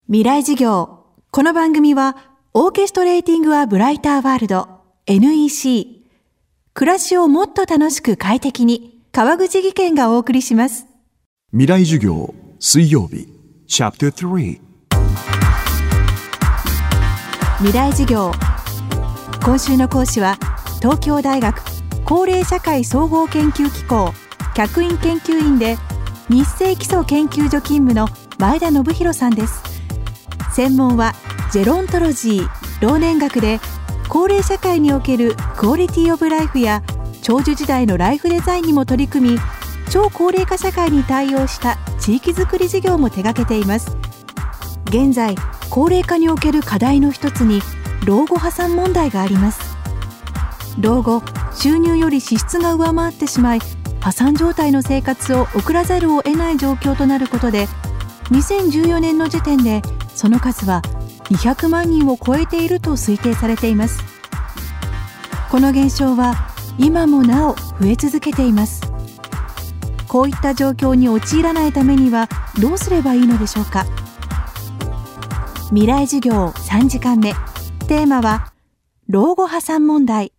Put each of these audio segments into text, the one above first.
未来授業。この番組はオーケストレーティング・ア・ブライター・ワールド NEC 暮らしをもっと楽しく快適に川口義賢がお送りします。 未来授業水曜日チャプター3 未来授業。今週の講師は東京大学高齢社会総合研究機構客員研究員で日清基礎研究所勤務の前田信弘さんです。専門はジェロントロジー、老年学で高齢社会におけるクオリティオブライフや長寿時代のライフデザインにも取り組み、超高齢化社会に対応した地域づくり事業も手掛けています。現在、高齢化における課題の一つに老後破産問題があります。老後、収入より支出が上回ってしまい、破産状態の生活を送らざるを得ない状況となることで、2014年の時点でその数は200万人を超えていると推定されています。この現象は今もなお増え続けています。こういった状況に陥らないためにはどうすればいいのでしょうか。未来授業3時間目、テーマは老後破産問題。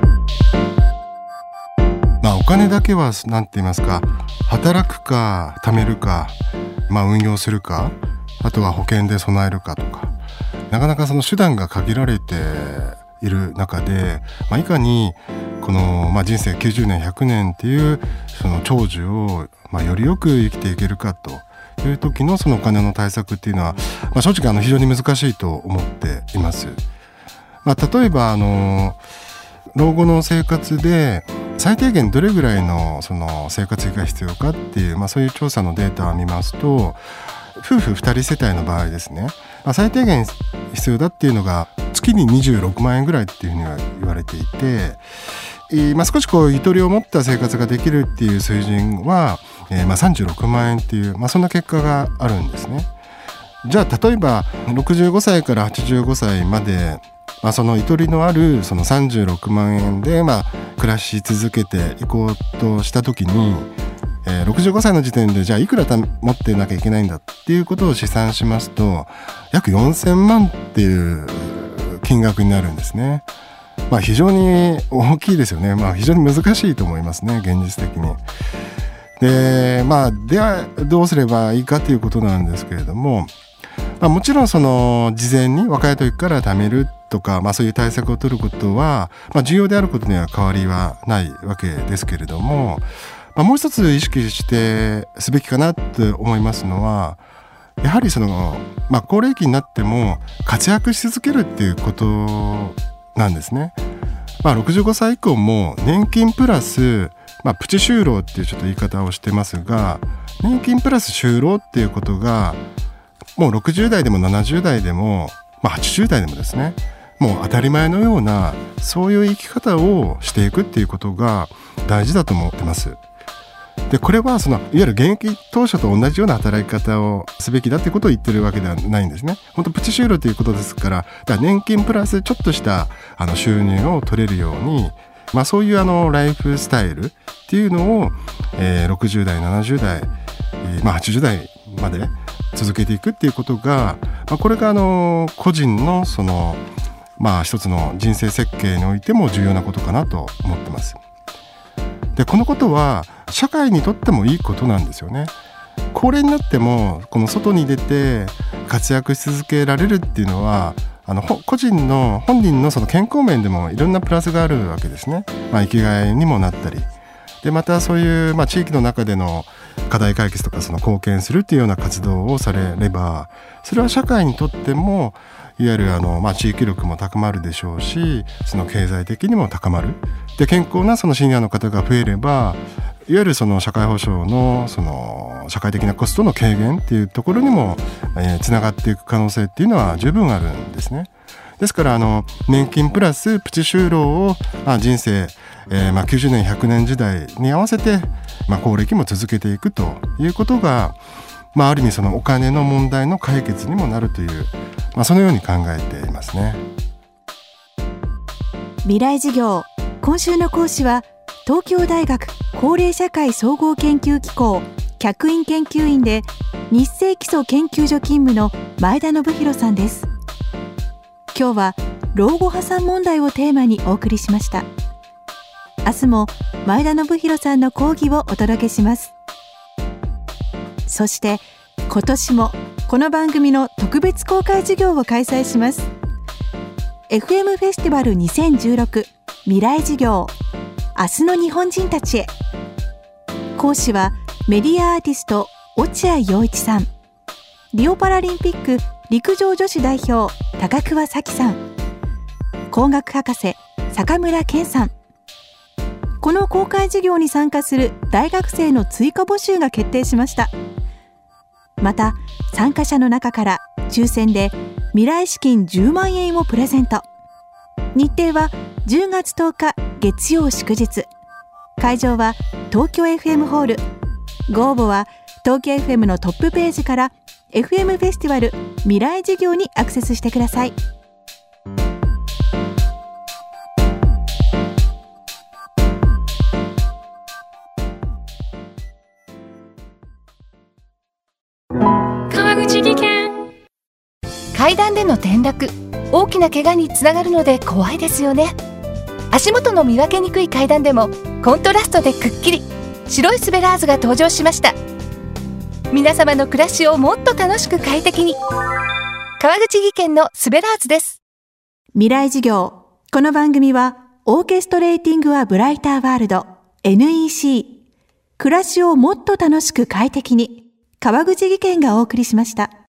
お金だけは何て言いますか、働くか貯めるか、運用するか、あとは保険で備えるかとか、なかなかその手段が限られている中で、いかにこの、人生90年100年っていうその長寿を、よりよく生きていけるかという時のそのお金の対策っていうのは、正直非常に難しいと思っています。例えば老後の生活で最低限どれぐらいのその生活費が必要かっていう、そういう調査のデータを見ますと、夫婦2人世帯の場合ですね、最低限必要だっていうのが月に26万円ぐらいっていうふうには言われていて、少しゆとりを持った生活ができるっていう水準は、36万円っていう、そんな結果があるんですね。じゃあ例えば65歳から85歳まで、そのゆとりのあるその36万円で暮らし続けていこうとした時に、65歳の時点でじゃあいくら持ってなきゃいけないんだっていうことを試算しますと、約4000万っていう金額になるんですね。非常に大きいですよね。非常に難しいと思いますね、現実的に。ではどうすればいいかということなんですけれども、もちろんその事前に若い時から貯めるとか、そういう対策を取ることは、重要であることには変わりはないわけですけれども、もう一つ意識してすべきかなと思いますのは、やはりその、高齢期になっても活躍し続けるっていうことなんですね。65歳以降も年金プラス、プチ就労っていうちょっと言い方をしてますが、年金プラス就労っていうことがもう60代でも70代でも、80代でもですね、もう当たり前のようなそういう生き方をしていくっていうことが大事だと思ってます。でこれはそのいわゆる現役当初と同じような働き方をすべきだってことを言ってるわけではないんですね。本当プチ就労ということですから、年金プラスちょっとした収入を取れるように、そういうライフスタイルっていうのを、60代70代、80代まで続けていくっていうことが、これが個人のその一つの人生設計においても重要なことかなと思ってます。でこのことは社会にとってもいいことなんですよね。高齢になってもこの外に出て活躍し続けられるっていうのは、個人の本人のその健康面でもいろんなプラスがあるわけですね。生きがいにもなったりで、またそういう、地域の中での課題解決とかその貢献するっていうような活動をされれば、それは社会にとってもいわゆる地域力も高まるでしょうし、その経済的にも高まる。で健康なそのシニアの方が増えれば、いわゆるその社会保障のその社会的なコストの軽減っていうところにもつながっていく可能性っていうのは十分あるんですね。ですから年金プラスプチ就労を人生、90年100年時代に合わせて、高齢期も続けていくということが、ある意味そのお金の問題の解決にもなるという、そのように考えていますね。 未来授業、今週の講師は東京大学高齢社会総合研究機構客員研究員で日清基礎研究所勤務の前田信弘さんです。今日は老後破産問題をテーマにお送りしました。明日も前田信弘さんの講義をお届けします。そして今年もこの番組の特別公開授業を開催します。 FM フェスティバル2016未来授業、明日の日本人たちへ。講師はメディアアーティスト落合陽一さん、リオパラリンピック陸上女子代表高桑早紀さん、工学博士坂村健さん。この公開授業に参加する大学生の追加募集が決定しました。また参加者の中から抽選で未来資金10万円をプレゼント。日程は10月10日月曜祝日。会場は東京 FM ホール。ご応募は東京 FM のトップページから FM フェスティバル未来授業にアクセスしてください。 川口技研。階段での転落、大きな怪我につながるので怖いですよね。足元の見分けにくい階段でもコントラストでくっきり白いスベラーズが登場しました。皆様の暮らしをもっと楽しく快適に、川口技研のスベラーズです。 未来授業。この番組はオーケストレーティング・ア・ブライター・ワールド NEC、 暮らしをもっと楽しく快適に、川口技研がお送りしました。